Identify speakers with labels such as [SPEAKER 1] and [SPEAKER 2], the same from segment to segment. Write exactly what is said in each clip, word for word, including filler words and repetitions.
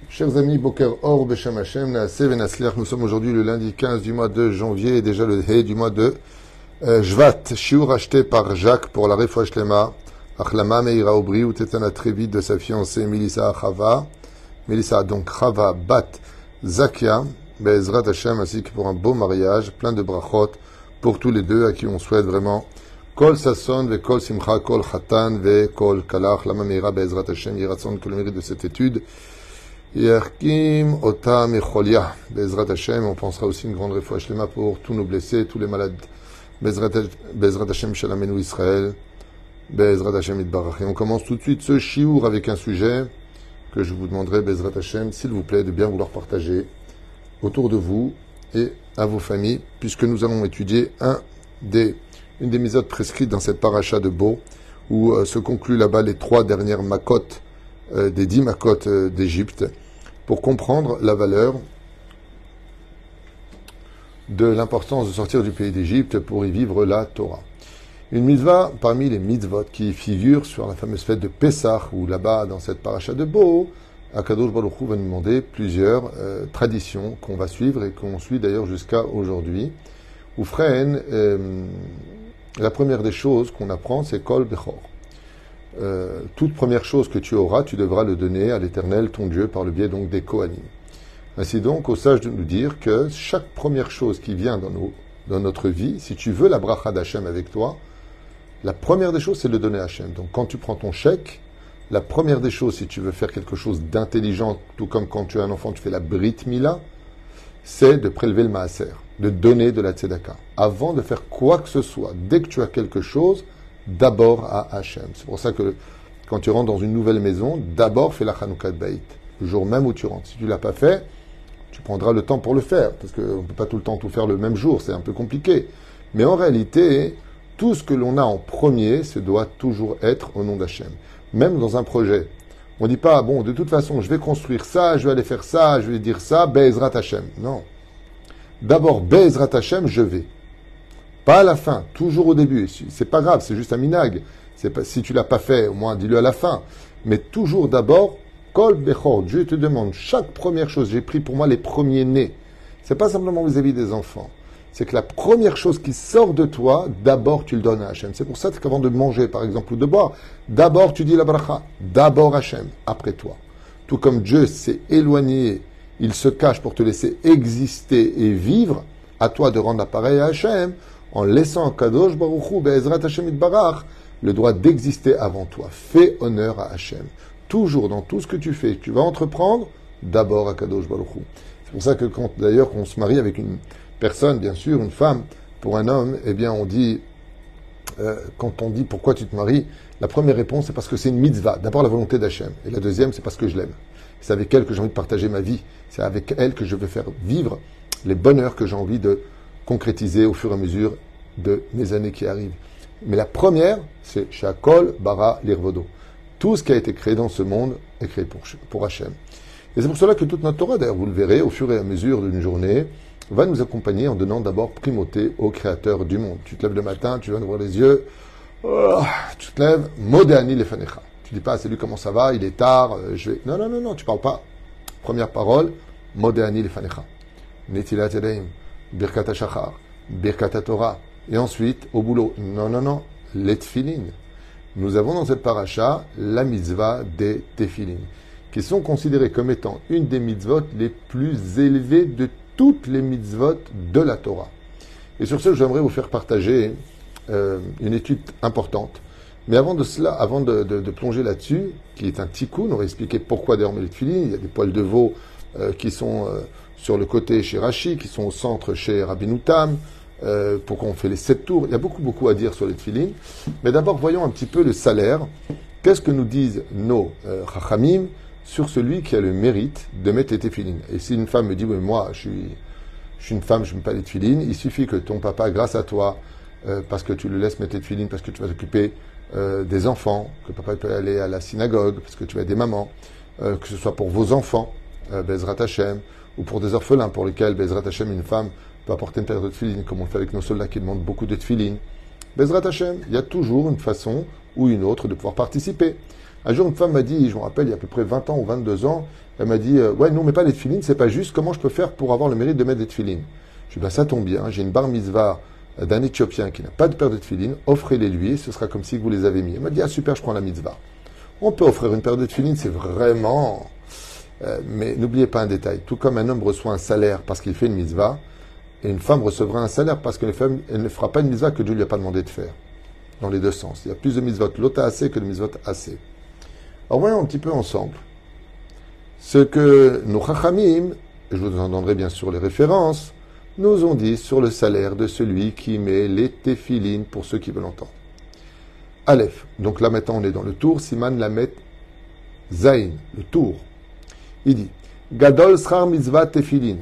[SPEAKER 1] Chers amis, Boker Or, Beshem Hashem, Naaseh Venasliach, nous sommes aujourd'hui le lundi quinze du mois de janvier et déjà le He du mois de euh, Shvat. Shiur acheté par Jacques pour la Refoua Shlema, Achlama Meira Obri, ou Tetana très vite de sa fiancée Melissa Chava. Melissa donc Chava Bat Zakia, Be'ezrat Hashem, ainsi que pour un beau mariage, plein de brachot pour tous les deux à qui on souhaite vraiment Kol Sasson, Ve Kol Simcha, Kol Chatan, Ve Kol Kalach, Lama Meira Be'ezrat Hashem, Yiratson, que le mérite de cette étude. Yerkim Ota Mecholia, Bezrat Hashem, on pensera aussi une grande refoua shlema pour tous nos blessés, tous les malades. Bezrat Hashem Shalamenu Israël, Bezrat Hashem Itbarach. Et on commence tout de suite ce shiur avec un sujet que je vous demanderai, Bezrat Hashem, s'il vous plaît, de bien vouloir partager autour de vous et à vos familles, puisque nous allons étudier un des, une des méthodes prescrites dans cette paracha de Bo, où euh, se concluent là-bas les trois dernières makot euh, des dix makot euh, d'Égypte, pour comprendre la valeur de l'importance de sortir du pays d'Égypte pour y vivre la Torah. Une mitzvah parmi les mitzvot qui figurent sur la fameuse fête de Pessah, où là-bas, dans cette paracha de Bo, Akadosh Baruch Hu va nous demander plusieurs euh, traditions qu'on va suivre et qu'on suit d'ailleurs jusqu'à aujourd'hui. Ou Freine, euh, la première des choses qu'on apprend, c'est Kol Bechor. Euh, toute première chose que tu auras, tu devras le donner à l'Éternel, ton Dieu, par le biais donc des Kohanim. Ainsi donc, au sage de nous dire que chaque première chose qui vient dans, nos, dans notre vie, si tu veux la bracha d'Hachem avec toi, la première des choses, c'est de le donner à Hachem. Donc quand tu prends ton chèque, la première des choses, si tu veux faire quelque chose d'intelligent, tout comme quand tu es un enfant, tu fais la Brit Mila, c'est de prélever le Maaser, de donner de la Tzedaka. Avant de faire quoi que ce soit, dès que tu as quelque chose, d'abord à Hachem. C'est pour ça que quand tu rentres dans une nouvelle maison, d'abord fais la Chanukah Beit, le jour même où tu rentres. Si tu ne l'as pas fait, tu prendras le temps pour le faire, parce qu'on ne peut pas tout le temps tout faire le même jour, c'est un peu compliqué. Mais en réalité, tout ce que l'on a en premier, ce doit toujours être au nom d'Hachem. Même dans un projet. On ne dit pas, bon, de toute façon, je vais construire ça, je vais aller faire ça, je vais dire ça, Be'ezrat Hashem. Non. D'abord, Be'ezrat Hashem, je vais. Pas à la fin, toujours au début. C'est pas grave, c'est juste un minag. C'est pas, si tu l'as pas fait, au moins dis-le à la fin. Mais toujours d'abord, Kol Bechor, Dieu te demande chaque première chose. J'ai pris pour moi les premiers-nés. C'est pas simplement vis-à-vis des enfants. C'est que la première chose qui sort de toi, d'abord tu le donnes à Hachem. C'est pour ça qu'avant de manger, par exemple, ou de boire, d'abord tu dis la bracha, d'abord Hachem, après toi. Tout comme Dieu s'est éloigné, il se cache pour te laisser exister et vivre, à toi de rendre l'appareil à Hachem, en laissant Kadosh Baruch Hu, Be'ezrat Hashem Itbarach, le droit d'exister avant toi. Fais honneur à Hachem. Toujours dans tout ce que tu fais, tu vas entreprendre, d'abord à Kadosh Baruch Hu. C'est pour ça que quand, d'ailleurs, qu'on se marie avec une personne, bien sûr, une femme, pour un homme, eh bien, on dit, euh, quand on dit pourquoi tu te maries, la première réponse, c'est parce que c'est une mitzvah. D'abord, la volonté d'Hachem. Et la deuxième, c'est parce que je l'aime. C'est avec elle que j'ai envie de partager ma vie. C'est avec elle que je veux faire vivre les bonheurs que j'ai envie de concrétiser au fur et à mesure de mes années qui arrivent. Mais la première, c'est Shakol Bara Lirvodo. Tout ce qui a été créé dans ce monde est créé pour, pour Hachem. Et c'est pour cela que toute notre Torah, d'ailleurs, vous le verrez, au fur et à mesure d'une journée, va nous accompagner en donnant d'abord primauté au Créateur du monde. Tu te lèves le matin, tu viens d'ouvrir les yeux, oh, tu te lèves, Modéani Lefanecha. Tu dis pas, c'est lui, comment ça va, il est tard, je vais... Non, non, non, non, tu parles pas. Première parole, Modéani Lefanecha. Netilat Yadayim, Birkat HaShachar, Birkat HaTorah. Et ensuite, au boulot. Non, non, non, les tefilin. Nous avons dans cette paracha la mitzvah des tefilin, qui sont considérés comme étant une des mitzvot les plus élevées de toutes les mitzvot de la Torah. Et sur ce, j'aimerais vous faire partager euh, une étude importante. Mais avant de cela, avant de, de, de plonger là-dessus, qui est un tikkun, on va expliquer pourquoi d'ailleurs les tefilin. Il y a des poils de veau euh, qui sont euh, sur le côté chez Rashi, qui sont au centre chez Rabbeinu Tam, euh, pourquoi on fait les sept tours. Il y a beaucoup, beaucoup à dire sur les tefilin. Mais d'abord, voyons un petit peu le salaire. Qu'est-ce que nous disent nos euh, chachamim sur celui qui a le mérite de mettre les tefilin. Et si une femme me dit, oui, moi, je suis, je suis une femme, je ne mets pas les tefilin, il suffit que ton papa, grâce à toi, euh, parce que tu le laisses mettre les tefilin, parce que tu vas t'occuper euh, des enfants, que papa peut aller à la synagogue, parce que tu vas aider maman, euh, que ce soit pour vos enfants, euh, Bezrat Hashem, ou pour des orphelins pour lesquels, Bezrat Hashem, une femme peut apporter une paire de tefilin, comme on le fait avec nos soldats qui demandent beaucoup de tefilin. Bezrat Hashem, il y a toujours une façon ou une autre de pouvoir participer. Un jour, une femme m'a dit, je me rappelle, il y a à peu près vingt ans ou vingt-deux ans, elle m'a dit, euh, ouais, nous on met pas les tefilines, c'est pas juste, comment je peux faire pour avoir le mérite de mettre des tefilines? Je lui ai dit, bah, ça tombe bien, j'ai une bar mitzvah d'un Éthiopien qui n'a pas de paire de tefilines, offrez-les lui, ce sera comme si vous les avez mis. Elle m'a dit, ah super, je prends la mitzvah. On peut offrir une paire de tefilines, c'est vraiment... Euh, mais n'oubliez pas un détail, tout comme un homme reçoit un salaire parce qu'il fait une mitzvah, et une femme recevra un salaire parce qu'elle ne fera pas une mitzvah que Dieu lui a pas demandé de faire. Dans les deux sens. Il y a plus de mitzvot lota assez que de mitzvot assez. Alors voyons un petit peu ensemble ce que nos chachamim, et je vous en donnerai bien sûr les références, nous ont dit sur le salaire de celui qui met les téphilines pour ceux qui veulent entendre. Aleph. Donc là maintenant on est dans le tour. Siman Lamet Zain, le tour. Il dit Gadol Srar Mitzvah Téphilin.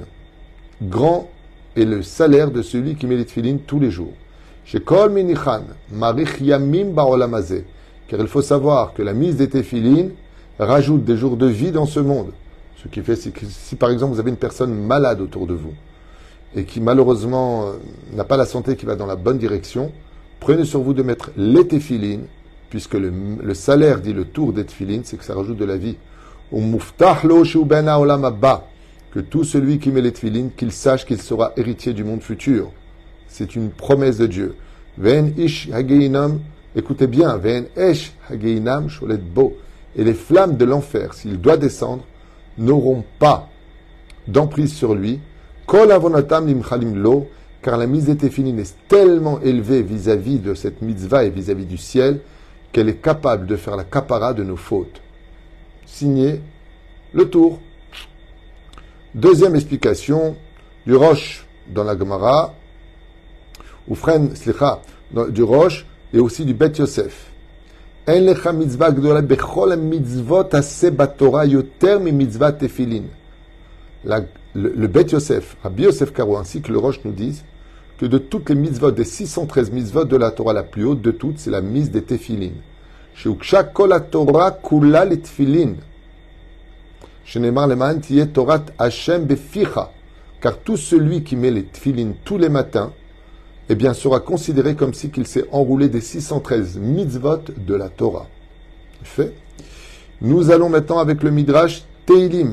[SPEAKER 1] Grand est le salaire de celui qui met les téphilines tous les jours. Chez Kol Minichan, Marich Yamim Baolamazé. Car il faut savoir que la mise des téphilines rajoute des jours de vie dans ce monde. Ce qui fait, c'est que si par exemple vous avez une personne malade autour de vous et qui malheureusement euh, n'a pas la santé qui va dans la bonne direction, prenez sur vous de mettre les téphilines, puisque le, le salaire dit le tour des téphilines, c'est que ça rajoute de la vie. Ou muftah lo ben haolam haba, que tout celui qui met les téphilines, qu'il sache qu'il sera héritier du monde futur. C'est une promesse de Dieu. Ven ish hageinam, écoutez bien, ven esh hageinam sholet bo. Et les flammes de l'enfer, s'il doit descendre, n'auront pas d'emprise sur lui. Kol avonatam limchalim lo, car la mise des téphilines est tellement élevée vis-à-vis de cette mitzvah et vis-à-vis du ciel, qu'elle est capable de faire la kapara de nos fautes. Signé le tour. Deuxième explication du Rosh dans la Gemara, ou Fren, slicha, du Rosh et aussi du Bet Yosef. En lecha mitzvah gdola bechol mitzvot ase batora yoter mi mitzvah tefilin. Le, le Bet Yosef, Rabbi Yosef Karo ainsi que le Rosh nous disent que de toutes les mitzvot, des six cent treize mitzvot de la Torah, la plus haute de toutes, c'est la mise des tefilin. Sheuksha kol la Torah kula le tefilin. Shenemar leman tiye Torat Hashem beficha. Car tout celui qui met les tefilin tous les matins, eh bien, sera considéré comme si qu'il s'est enroulé des six cent treize mitzvot de la Torah. Fait. Nous allons maintenant avec le Midrash Teilim.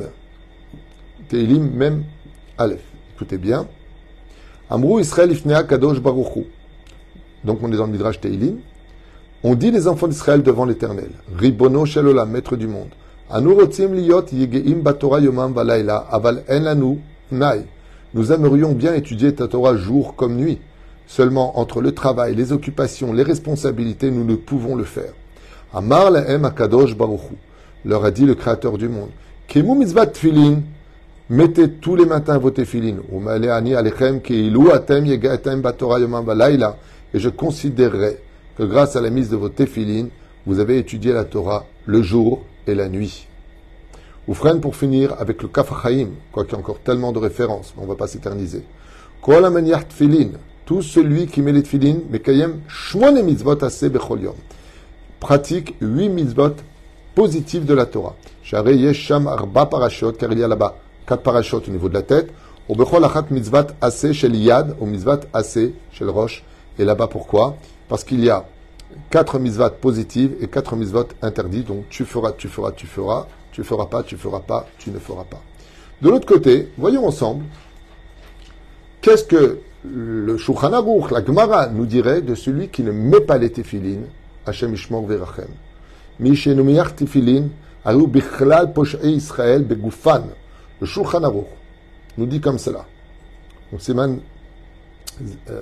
[SPEAKER 1] Teilim, même Aleph. Écoutez bien. Amrou Israël ifnea kadosh baruchu. Donc on est dans le Midrash Teilim. On dit les enfants d'Israël devant l'Éternel. Ribono shel olam, maître du monde. Anu rotzim liyot yegeim batorah yomam valayla, aval en lanu nai. Nous aimerions bien étudier ta Torah jour comme nuit. Seulement, entre le travail, les occupations, les responsabilités, nous ne pouvons le faire. Amar lahem akadosh baruchu, leur a dit le Créateur du monde. Kemu mitzvat tefilin, mettez tous les matins vos tefilin. Umale ani alechem keilu atem yegatem batorah yomam valayla. Et je considérerai que grâce à la mise de vos tefilin, vous avez étudié la Torah le jour et la nuit. Oufren, pour finir avec le Kaf HaChaim, quoi qu'il y a encore tellement de références, mais on ne va pas s'éterniser. Kol amaniach tefilin, tout celui qui met les tefilin, mekayem shmone mitzvot aseh bechol yom, pratique huit mitzvot positives de la Torah. Sharei yesh sham arba parashot, car il y a là-bas quatre parashot au niveau de la tête, ou bechol achat mitzvot aseh shel yad, ou mitzvot aseh shel rosh. Et là-bas, pourquoi? Parce qu'il y a quatre mitzvot positives et quatre mitzvot interdites. Donc tu feras, tu feras, tu feras, tu feras pas, tu feras pas, tu ne feras pas. De l'autre côté, voyons ensemble, qu'est-ce que le Shulchan Aruch, la Gemara, nous dirait de celui qui ne met pas les tefilin, Hashem Ishmor Verachem. Mi shenumiach tefilin, aru bichlal posh'ei Israël begufan. Le Shulchan Aruch nous dit comme cela. Donc c'est man... Euh,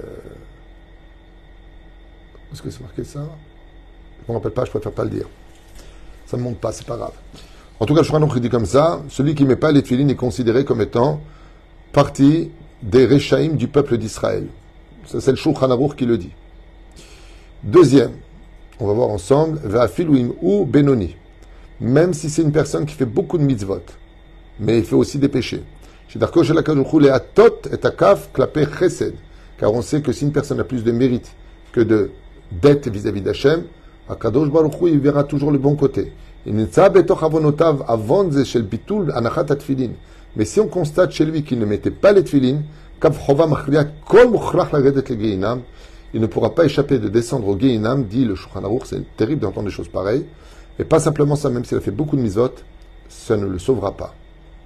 [SPEAKER 1] est-ce que c'est marqué ça? Je ne me rappelle pas, je préfère pas le dire. Ça ne me monte pas, c'est pas grave. En tout cas, le Shulchan Aruch dit comme ça, celui qui ne met pas les tefilin est considéré comme étant partie des Rechaïm du peuple d'Israël. Ça, c'est le Shulchan Aruch qui le dit. Deuxième, on va voir ensemble, Ve'afiluim ou Benoni. Même si c'est une personne qui fait beaucoup de mitzvot, mais il fait aussi des péchés. Shedarko shel HaKadosh Baruch Hu le'atot et akaf klape chesed. Car on sait que si une personne a plus de mérite que de dette vis-à-vis d'Hachem, HaKadosh Baruch Hu, il verra toujours le bon côté. Mais si on constate chez lui qu'il ne mettait pas les tefilin, il ne pourra pas échapper de descendre au Gehinam, dit le Shulchan Aruch. C'est terrible d'entendre des choses pareilles. Et pas simplement ça, même s'il a fait beaucoup de mitzvot, ça ne le sauvera pas.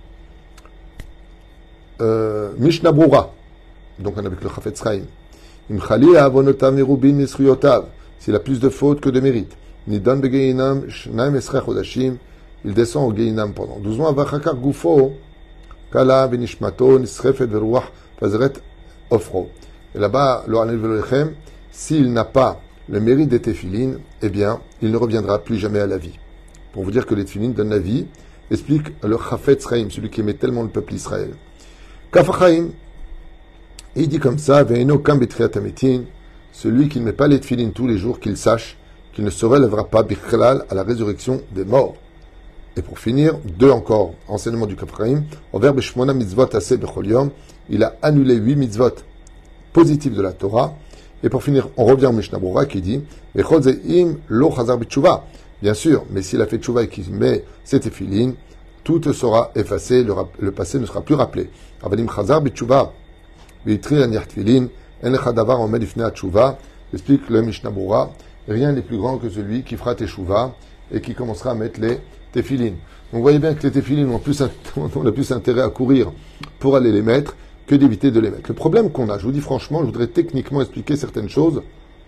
[SPEAKER 1] Euh, Mishnah Brura, donc on est avec le Chafetz Chaim. Imchali avonotav merubin misruyotav. S'il a plus de fautes que de mérites. Nidan begeinam shnaim esrei chodashim. Il descend au Geinam pendant douze mois. Vachakar gufo kala benishmato nisrefet veruach fazeret ofro. Et là-bas, le Hanel Velolechem, s'il n'a pas le mérite des téphilines, eh bien, il ne reviendra plus jamais à la vie. Pour vous dire que les téphilines donnent la vie, explique le Chafetz Chaim, celui qui aimait tellement le peuple Israël. Kaf Chaim, il dit comme ça, Ve'eno kam betriat hametin, celui qui ne met pas les téphilines tous les jours, qu'il sache qu'il ne se relèvera pas bichlal à la résurrection des morts. Et pour finir, deux encore, enseignement du Kaf Chaim, au verbe shmona mitzvot aseh bechol yom, il a annulé huit mitzvot positifs de la Torah. Et pour finir, on revient au Mishnah Brura qui dit Vechol ze'im lo chazar b'tshuva. Bien sûr, mais s'il a fait tshuva et qu'il met ses téphilines, tout sera effacé, le, le passé ne sera plus rappelé. Avalim chazar b'tshuva v'yitri aniach tefilin en lecha davar omed ifnei tshuva. Explique le Mishnah Brura, rien n'est plus grand que celui qui fera teshuva et qui commencera à mettre les téphilines. Donc vous voyez bien que les téphilines ont, plus, ont le plus intérêt à courir pour aller les mettre que d'éviter de les mettre. Le problème qu'on a, je vous dis franchement, je voudrais techniquement expliquer certaines choses.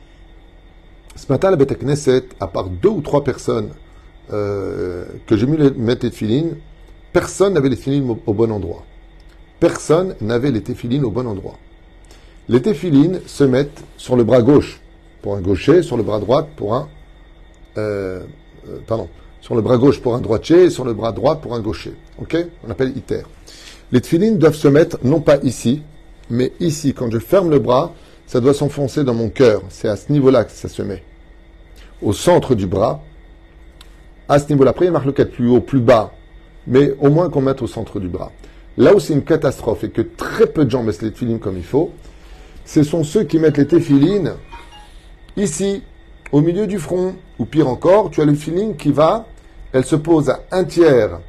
[SPEAKER 1] Ce matin, à la Beth Knesset, à part deux ou trois personnes euh, que j'ai mis les, mettre les téphilines, personne n'avait les téphilines au, au bon endroit. Personne n'avait les téphilines au bon endroit. Les téphilines se mettent sur le bras gauche pour un gaucher, sur le bras droit pour un... Euh, euh, pardon. Sur le bras gauche pour un droitier et sur le bras droit pour un gaucher. Ok ? On appelle iter. Les téphilines doivent se mettre, non pas ici, mais ici. Quand je ferme le bras, ça doit s'enfoncer dans mon cœur. C'est à ce niveau-là que ça se met. Au centre du bras. À ce niveau-là. Après, il y a marque le quatre plus haut, plus bas. Mais au moins qu'on mette au centre du bras. Là où c'est une catastrophe et que très peu de gens mettent les téphilines comme il faut, ce sont ceux qui mettent les téphilines ici, au milieu du front. Ou pire encore, tu as le téphilin qui va, elle se pose à un tiers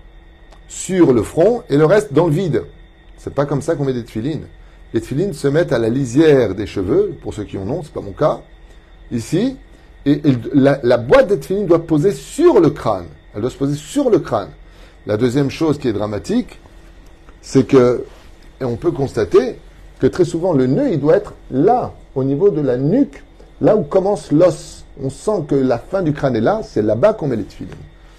[SPEAKER 1] sur le front et le reste dans le vide. C'est pas comme ça qu'on met des téphilines. Les téphilines se mettent à la lisière des cheveux, pour ceux qui en ont, c'est pas mon cas, ici, et, et la, la boîte des téphilines doit poser sur le crâne. Elle doit se poser sur le crâne. La deuxième chose qui est dramatique, c'est que, et on peut constater que très souvent le nœud, il doit être là, au niveau de la nuque, là où commence l'os. On sent que la fin du crâne est là, c'est là-bas qu'on met les téphilines.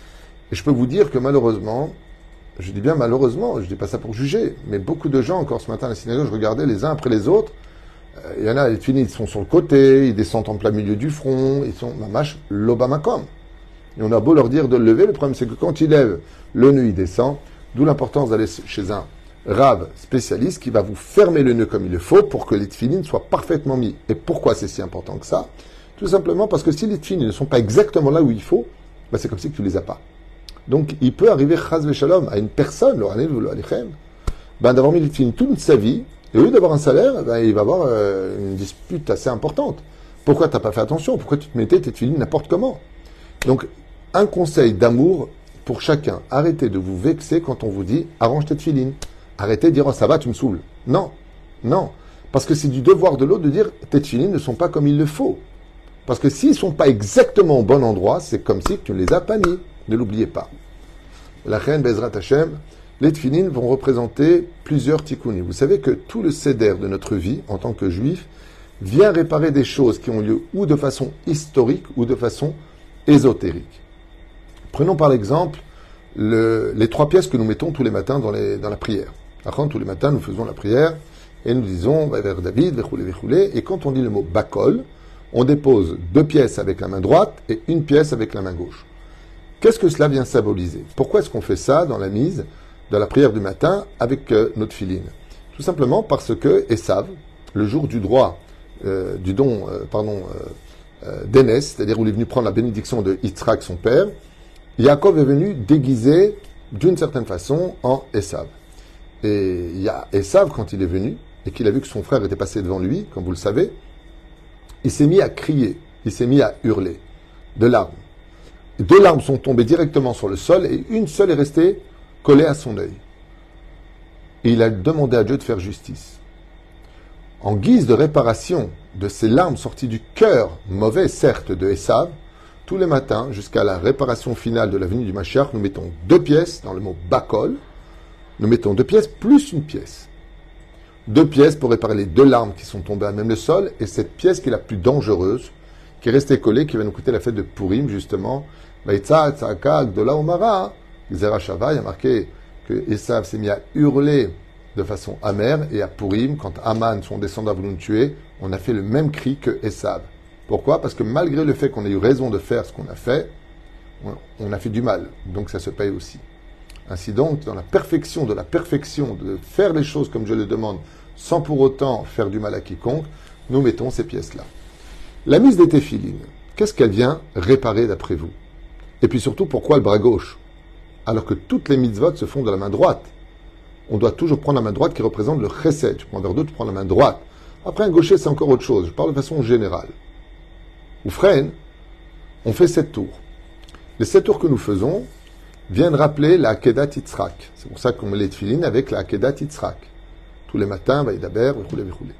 [SPEAKER 1] Et je peux vous dire que malheureusement, je dis bien malheureusement, je ne dis pas ça pour juger, mais beaucoup de gens, encore ce matin à la synagogue, je regardais les uns après les autres, euh, il y en a, les téphilines, ils sont sur le côté, ils descendent en plein milieu du front, ils sont, mamash, l'obamakom. Et on a beau leur dire de le lever, le problème c'est que quand ils lèvent, le nœud il descend, d'où l'importance d'aller chez un rave spécialiste qui va vous fermer le nœud comme il le faut pour que les téphilines soient parfaitement mis. Et pourquoi c'est si important que ça ? Tout simplement parce que si les téphilines ne sont pas exactement là où il faut, bah c'est comme si tu ne les as pas. Donc, il peut arriver, chas v'shalom, à une personne, le Hanel Velolechem, ben, d'avoir mis les téphilines toute sa vie, et au lieu d'avoir un salaire, ben, il va avoir euh, une dispute assez importante. Pourquoi tu n'as pas fait attention ? Pourquoi tu te mettais tes téphilines n'importe comment ? Donc, un conseil d'amour pour chacun. Arrêtez de vous vexer quand on vous dit « arrange tes téphilines ». Arrêtez de dire « oh, ça va, tu me saoules ». Non, non. Parce que c'est du devoir de l'autre de dire « tes téphilines ne sont pas comme il le faut ». Parce que s'ils ne sont pas exactement au bon endroit, c'est comme si tu ne les as pas mis. Ne l'oubliez pas. La reine Bezrat Hashem, les téphilines vont représenter plusieurs tikkunim. Vous savez que tout le seder de notre vie, en tant que juif, vient réparer des choses qui ont lieu ou de façon historique ou de façon ésotérique. Prenons par exemple le, les trois pièces que nous mettons tous les matins dans, les, dans la prière. Après, tous les matins, nous faisons la prière et nous disons vers David, vechoulé, vechoulé. Et quand on dit le mot bakol, on dépose deux pièces avec la main droite et une pièce avec la main gauche. Qu'est-ce que cela vient symboliser ? Pourquoi est-ce qu'on fait ça dans la mise de la prière du matin avec euh, notre téphilines ? Tout simplement parce que Esav, le jour du droit, euh, du don, euh, pardon, euh, euh, d'Énès, c'est-à-dire où il est venu prendre la bénédiction de Yitzhak, son père, Yaakov est venu déguisé d'une certaine façon en Esav. Et il y a Esav, quand il est venu, et qu'il a vu que son frère était passé devant lui, comme vous le savez, il s'est mis à crier, il s'est mis à hurler, de larmes. Deux larmes sont tombées directement sur le sol et une seule est restée collée à son œil. Et il a demandé à Dieu de faire justice. En guise de réparation de ces larmes sorties du cœur, mauvais certes, de Esav, tous les matins, jusqu'à la réparation finale de la venue du Mashiach, nous mettons deux pièces, dans le mot bakol, nous mettons deux pièces plus une pièce. Deux pièces pour réparer les deux larmes qui sont tombées à même le sol, et cette pièce qui est la plus dangereuse, qui est restée collée, qui va nous coûter la fête de Purim, justement. Vaïtza, Tzaka, Gdola, Omara, Zera Shava, il y a marqué que Esav s'est mis à hurler de façon amère, et à Purim, quand Aman, son descendant, a voulu nous tuer, on a fait le même cri que Esav. Pourquoi? Parce que malgré le fait qu'on ait eu raison de faire ce qu'on a fait, on a fait du mal. Donc ça se paye aussi. Ainsi donc, dans la perfection de la perfection, de faire les choses comme je le demande, sans pour autant faire du mal à quiconque, nous mettons ces pièces-là. La mise des téphilines, qu'est-ce qu'elle vient réparer d'après vous? Et puis surtout, pourquoi le bras gauche? Alors que toutes les mitzvot se font de la main droite. On doit toujours prendre la main droite qui représente le chesed. Tu prends un verre d'eau, tu prends la main droite. Après, un gaucher, c'est encore autre chose. Je parle de façon générale. Ou freine, on fait sept tours. Les sept tours que nous faisons viennent rappeler la Akedat Yitzhak. C'est pour ça qu'on met les tefilines avec la Akedat Yitzhak. Tous les matins, Vaïdaber, Vichoulé, Vichoulé.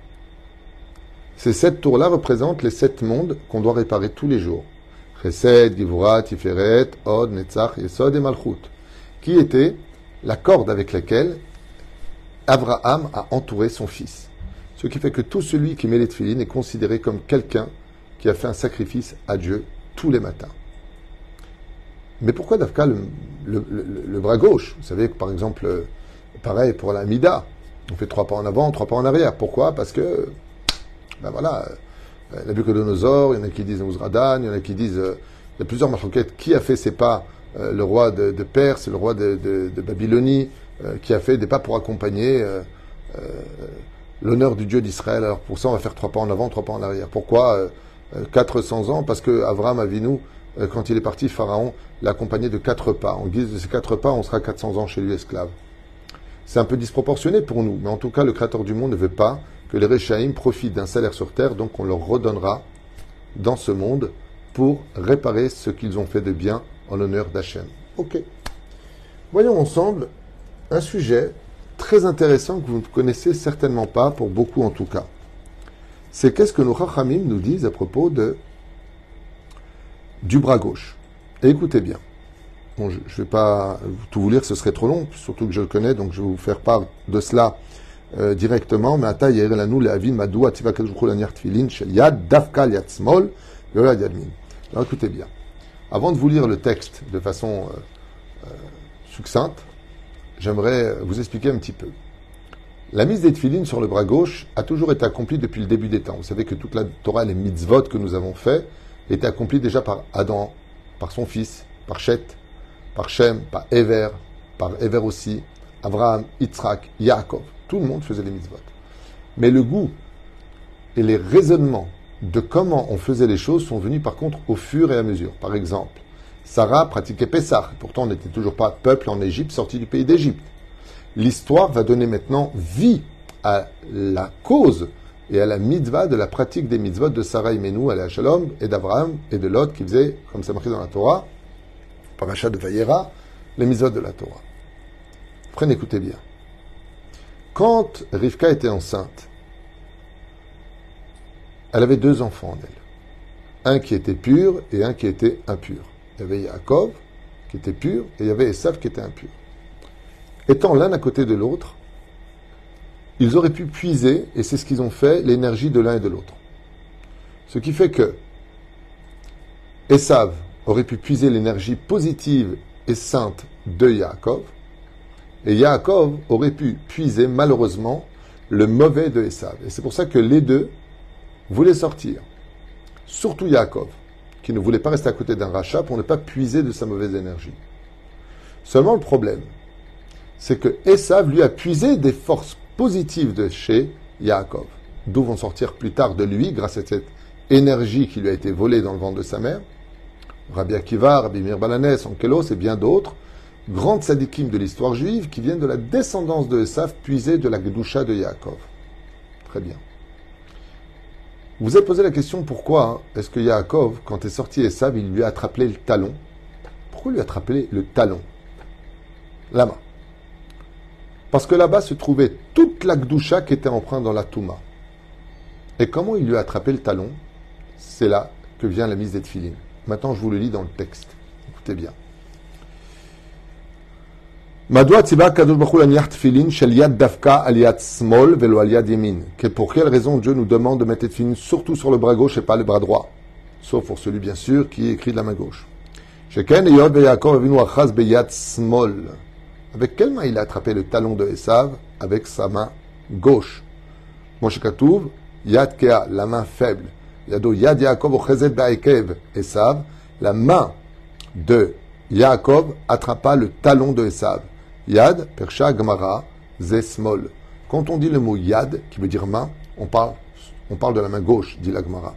[SPEAKER 1] Ces sept tours-là représentent les sept mondes qu'on doit réparer tous les jours. Chesed, Givura, Tiferet, Od, Netzach, Yesod et Malchut. Qui était la corde avec laquelle Abraham a entouré son fils. Ce qui fait que tout celui qui met les tefilines est considéré comme quelqu'un qui a fait un sacrifice à Dieu tous les matins. Mais pourquoi Dafka le, le, le, le bras gauche? Vous savez que par exemple, pareil pour la Mida, on fait trois pas en avant, trois pas en arrière. Pourquoi? Parce que, ben voilà, la Nabucodonosor, il y en a qui disent Ouzradan, il y en a qui disent, euh, il y a plusieurs marloquettes. Qui a fait ces pas? euh, Le roi de, de Perse, le roi de, de, de Babylonie, euh, qui a fait des pas pour accompagner euh, euh, l'honneur du Dieu d'Israël. Alors pour ça, on va faire trois pas en avant, trois pas en arrière. Pourquoi euh, quatre cents ans? Parce que Avram Avinu, euh, quand il est parti, Pharaon l'a accompagné de quatre pas. En guise de ces quatre pas, on sera quatre cents ans chez lui esclave. C'est un peu disproportionné pour nous, mais en tout cas, le Créateur du monde ne veut pas que les Réchaïm profitent d'un salaire sur terre, donc on leur redonnera dans ce monde pour réparer ce qu'ils ont fait de bien en l'honneur d'Hachem. Ok. Voyons ensemble un sujet très intéressant que vous ne connaissez certainement pas, pour beaucoup en tout cas. C'est qu'est-ce que nos Chachamim nous disent à propos de, du bras gauche. Et écoutez bien. Bon, je ne vais pas tout vous lire, ce serait trop long, surtout que je le connais, donc je vais vous faire part de cela euh, directement. Mais ata yere lanu le'avin madou ativa kadosh laniach tefilin shel yad davka yad smol ve'yad yad min. Alors écoutez bien. Avant de vous lire le texte de façon euh, euh, succincte, j'aimerais vous expliquer un petit peu. La mise des tefilines sur le bras gauche a toujours été accomplie depuis le début des temps. Vous savez que toute la Torah, les mitzvot que nous avons fait, étaient accomplis déjà par Adam, par son fils, par Chet, par Shem, par Ever, par Ever aussi, Abraham, Yitzhak, Yaakov. Tout le monde faisait les mitzvot. Mais le goût et les raisonnements de comment on faisait les choses sont venus par contre au fur et à mesure. Par exemple, Sarah pratiquait Pessah. Pourtant, on n'était toujours pas peuple en Égypte, sorti du pays d'Égypte. L'histoire va donner maintenant vie à la cause et à la mitzvah de la pratique des mitzvot de Sarah Imenu, aléa Shalom, et d'Abraham et de Lot qui faisaient, comme c'est marqué dans la Torah, Parashat de Vayera, les mitzvot de la Torah. Prenez, écoutez bien. Quand Rivka était enceinte, elle avait deux enfants en elle. Un qui était pur et un qui était impur. Il y avait Yaakov qui était pur et il y avait Esav qui était impur. Étant l'un à côté de l'autre, ils auraient pu puiser, et c'est ce qu'ils ont fait, l'énergie de l'un et de l'autre. Ce qui fait que Esav aurait pu puiser l'énergie positive et sainte de Yaakov, et Yaakov aurait pu puiser malheureusement le mauvais de Esav. Et c'est pour ça que les deux voulaient sortir. Surtout Yaakov, qui ne voulait pas rester à côté d'un rachat pour ne pas puiser de sa mauvaise énergie. Seulement le problème, c'est que Esav lui a puisé des forces positives de chez Yaakov, d'où vont sortir plus tard de lui, grâce à cette énergie qui lui a été volée dans le ventre de sa mère, Rabbi Akiva, Rabbi Meir Balanès, Onkelos et bien d'autres, grandes sadikim de l'histoire juive qui viennent de la descendance de Esav puisée de la Gedusha de Yaakov. Très bien. Vous vous êtes posé la question pourquoi hein, est-ce que Yaakov, quand est sorti Esav, il lui a attrapé le talon? Pourquoi il lui a attrapé le talon? La main. Parce que là-bas se trouvait toute la Gdusha qui était empreinte dans la Touma. Et comment il lui a attrapé le talon? C'est là que vient la mise des tefilines. Maintenant, je vous le lis dans le texte. Écoutez bien. Madwa tziba kadosh baruch hu laniach tefillin shel yad dafka al yad smol velo al yad yamin. Pour quelle raison Dieu nous demande de mettre les tefillin surtout sur le bras gauche et pas le bras droit? Sauf pour celui, bien sûr, qui est écrit de la main gauche. Sheken yod ve Yaakov avinu achaz be yad smol. Avec quelle main il a attrapé le talon de Esav? Avec sa main gauche. Moshe Katuv, yad kea, la main faible. Yado yad Yaakov ochezet be'akev Esav, la main de Yaakov attrapa le talon de Esav. Yad, Persha, Gemara, Ze smol. Quand on dit le mot yad, qui veut dire main, on parle, on parle de la main gauche, dit la Gemara.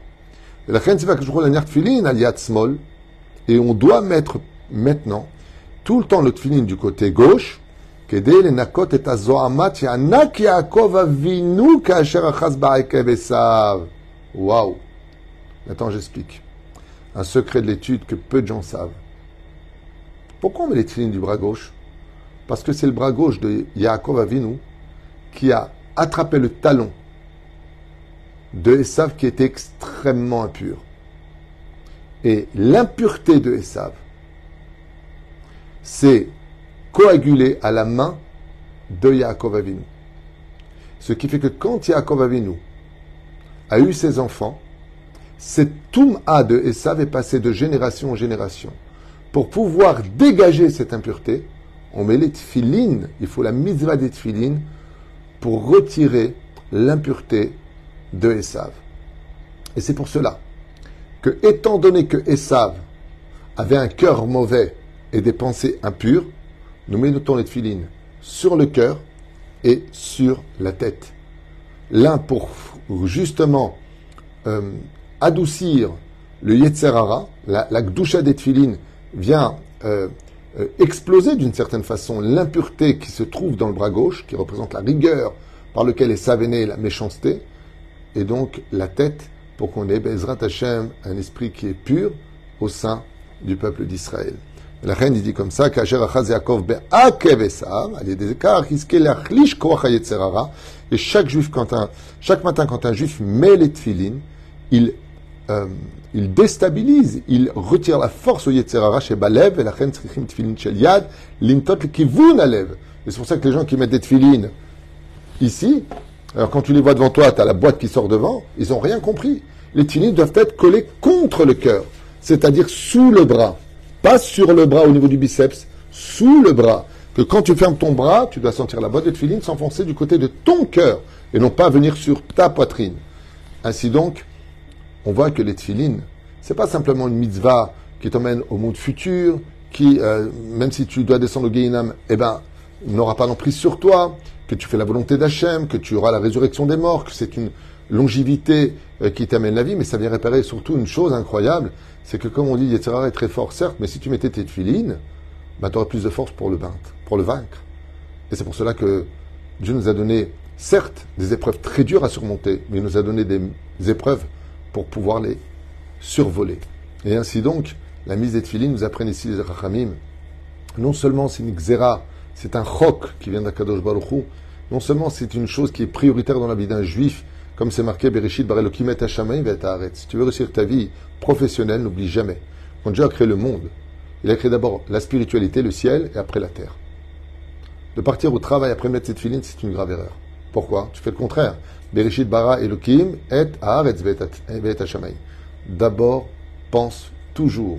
[SPEAKER 1] Et on doit mettre maintenant tout le temps le tefillin du côté gauche. Waouh! Maintenant j'explique. Un secret de l'étude que peu de gens savent. Pourquoi on met les tefillin du bras gauche? Parce que c'est le bras gauche de Yaakov Avinu qui a attrapé le talon de Esav qui était extrêmement impur. Et l'impureté de Esav s'est coagulée à la main de Yaakov Avinu. Ce qui fait que quand Yaakov Avinu a eu ses enfants, cette toum'a de Esav est passée de génération en génération. Pour pouvoir dégager cette impureté, on met les tefillin, il faut la mitzvah des tefillin pour retirer l'impureté de Esav. Et c'est pour cela que, étant donné que Esav avait un cœur mauvais et des pensées impures, nous mettons les tefillin sur le cœur et sur la tête. L'un pour justement euh, adoucir le Yetzer Hara, la, la Gdusha des tefillin vient euh, euh, exploser d'une certaine façon l'impureté qui se trouve dans le bras gauche, qui représente la rigueur par laquelle Esav est né, la méchanceté, et donc la tête, pour qu'on ait Bezrat Hashem, un esprit qui est pur au sein du peuple d'Israël. La reine, il dit comme ça, Kacher achaz Yaakov be'akev Esav, il y a des écarts, et chaque juif, quand un, chaque matin, quand un juif met les tefillin, il, euh, il déstabilise, il retire la force au Yetzer Hara chez Balev, et la reine tzrichim tefillin shel yad, limtot l'kivun alev. Et c'est pour ça que les gens qui mettent des tefillin ici, alors quand tu les vois devant toi, tu as la boîte qui sort devant, ils n'ont rien compris. Les tefillin doivent être collés contre le cœur, c'est-à-dire sous le bras. Pas sur le bras au niveau du biceps, sous le bras. Que quand tu fermes ton bras, tu dois sentir la boîte de tefillin s'enfoncer du côté de ton cœur et non pas venir sur ta poitrine. Ainsi donc, on voit que les tefillin, c'est pas simplement une mitzvah qui t'emmène au monde futur, qui, euh, même si tu dois descendre au Gehinam, eh ben, n'aura pas d'emprise sur toi, que tu fais la volonté d'Hachem, que tu auras la résurrection des morts, que c'est une longévité euh, qui t'amène la vie, mais ça vient réparer surtout une chose incroyable, c'est que comme on dit, Yetzer Hara est très fort, certes, mais si tu mettais tes tefillin, ben, tu aurais plus de force pour le vaincre. Pour le vaincre. Et c'est pour cela que Dieu nous a donné, certes, des épreuves très dures à surmonter, mais il nous a donné des épreuves pour pouvoir les survoler. Et ainsi donc, la mise des tefillin nous apprennent ici les Rachamim. Non seulement c'est une xéra, c'est un chok qui vient d'Akadosh Baruch Hu, non seulement c'est une chose qui est prioritaire dans la vie d'un juif, comme c'est marqué Bereshit bar Elokim et Hashamayim ve'et haaretz. Si tu veux réussir ta vie professionnelle, n'oublie jamais. Quand Dieu a créé le monde, il a créé d'abord la spiritualité, le ciel, et après la terre. De partir au travail après mettre cette tefillin, c'est une grave erreur. Pourquoi? Tu fais le contraire. Bereshit bara Elokim et haaretz ve'et Hashamayim. D'abord, pense toujours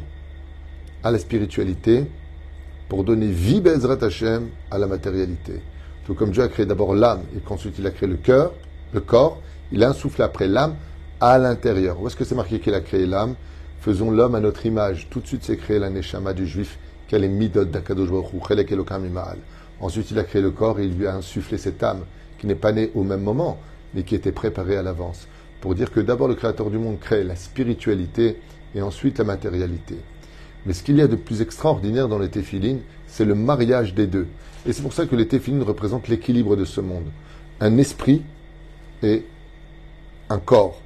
[SPEAKER 1] à la spiritualité pour donner vie Bezrat Hashem à la matérialité. Tout comme Dieu a créé d'abord l'âme et qu'ensuite il a créé le cœur, le corps, il a insoufflé après l'âme à l'intérieur. Où est-ce que c'est marqué qu'il a créé l'âme? Faisons l'homme à notre image. Tout de suite, c'est créé la neshama du juif, qu'elle est midot d'Akadosh Baruch Hu, chelek elokam imaal. Ensuite, il a créé le corps et il lui a insufflé cette âme, qui n'est pas née au même moment, mais qui était préparée à l'avance. Pour dire que d'abord, le Créateur du monde crée la spiritualité et ensuite la matérialité. Mais ce qu'il y a de plus extraordinaire dans les téphilines, c'est le mariage des deux. Et c'est pour ça que les téphilines représentent l'équilibre de ce monde. Un esprit et un corps.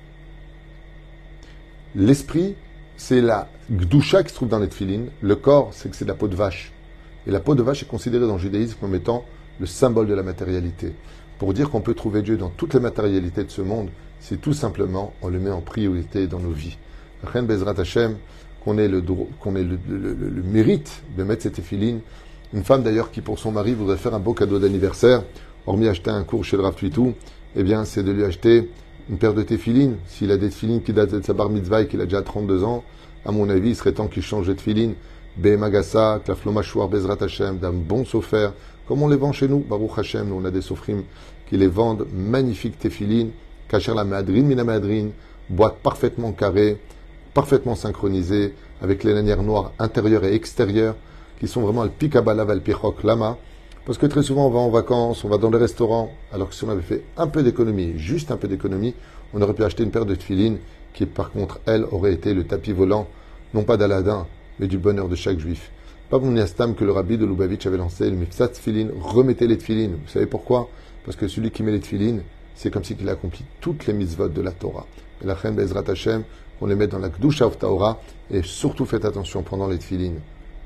[SPEAKER 1] L'esprit, c'est la gdusha qui se trouve dans les téphilines. Le corps, c'est que c'est de la peau de vache. Et la peau de vache est considérée dans le judaïsme comme étant le symbole de la matérialité. Pour dire qu'on peut trouver Dieu dans toutes les matérialités de ce monde, c'est tout simplement on le met en priorité dans nos vies. Chen Bezrat Hashem, qu'on ait le, qu'on ait le, le, le, le mérite de mettre cette téfilines. Une femme d'ailleurs qui pour son mari voudrait faire un beau cadeau d'anniversaire, hormis acheter un cours chez le Rav Tuitou, eh bien c'est de lui acheter une paire de téfilines. S'il a des téfilines qui datent de sa bar mitzvah et qu'il a déjà trente-deux ans, à mon avis, il serait temps qu'il change de téfilines. Behemagasa, Klaflomashouar, Bezrat Hashem, d'un bon sofer, comme on les vend chez nous, Baruch Hashem, nous on a des sofrim qui les vendent, magnifiques téfilines, Kacher la Madrine, Mina Madrine, boîte parfaitement carrée, parfaitement synchronisée, avec les lanières noires intérieures et extérieures, qui sont vraiment al pikabala val pichok lama, parce que très souvent on va en vacances, on va dans les restaurants, alors que si on avait fait un peu d'économie, juste un peu d'économie, on aurait pu acheter une paire de tefilines, qui par contre, elle, aurait été le tapis volant, non pas d'Aladin, mais du bonheur de chaque juif. Pas mon yastam que le rabbi de Lubavitch avait lancé, le mifsat tefilin, remettez les tefilines. Vous savez pourquoi? Parce que celui qui met les tefilines, c'est comme si il a accompli toutes les mitzvot de la Torah. Et la reine Bezrat Hashem, on les met dans la Kedusha of Torah, et surtout faites attention pendant les tefilines.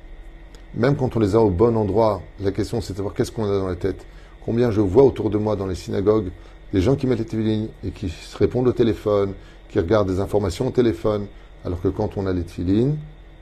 [SPEAKER 1] Même quand on les a au bon endroit, la question c'est de savoir qu'est-ce qu'on a dans la tête. Combien je vois autour de moi dans les synagogues, des gens qui mettent les tefilines et qui se répondent au téléphone, qui regardent des informations au téléphone, alors que quand on a les tefilines,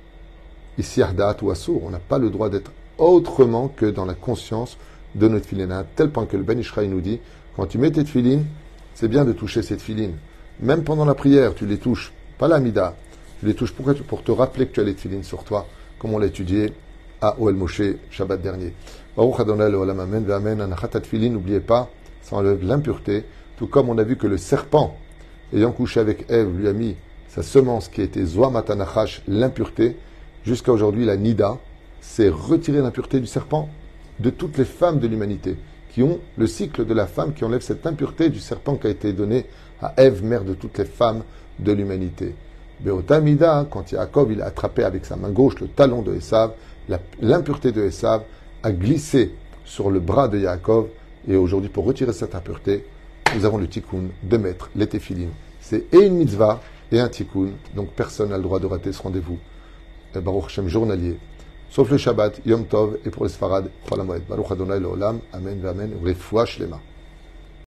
[SPEAKER 1] ici Ardat ou Assour, on n'a pas le droit d'être autrement que dans la conscience de notre tefilin. À un tel point que le Ben Ishraï nous dit, quand tu mets tes tefilines, c'est bien de toucher ces tefilines. Même pendant la prière, tu les touches, pas l'amida, tu les touches pour, pour te rappeler que tu as les tefilines sur toi, comme on l'a étudié à Oel Moshe, Shabbat dernier. Baruch Adonai Leolam Amen, Ve'amen, Anachat Tefilin, n'oubliez pas, ça enlève l'impureté, tout comme on a vu que le serpent, ayant couché avec Ève, lui a mis sa semence qui était Zoamatanachash, l'impureté, jusqu'à aujourd'hui la Nida, c'est retirer l'impureté du serpent de toutes les femmes de l'humanité, qui ont le cycle de la femme qui enlève cette impureté du serpent qui a été donné à Ève, mère de toutes les femmes de l'humanité. Beotamida, quand Yaakov il a attrapé avec sa main gauche le talon de Esav, l'impureté de Esav a glissé sur le bras de Yaakov, et aujourd'hui pour retirer cette impureté, nous avons le tikkun de mettre les téfilines. C'est et une mitzvah et un tikkun, donc personne n'a le droit de rater ce rendez-vous. Baruch Hashem journalier, sauf le Shabbat, Yom Tov, et pour les Sfarad, Chol HaMoed. Baruch Adonai Leolam, Amen, Amen, Refoua Shlema.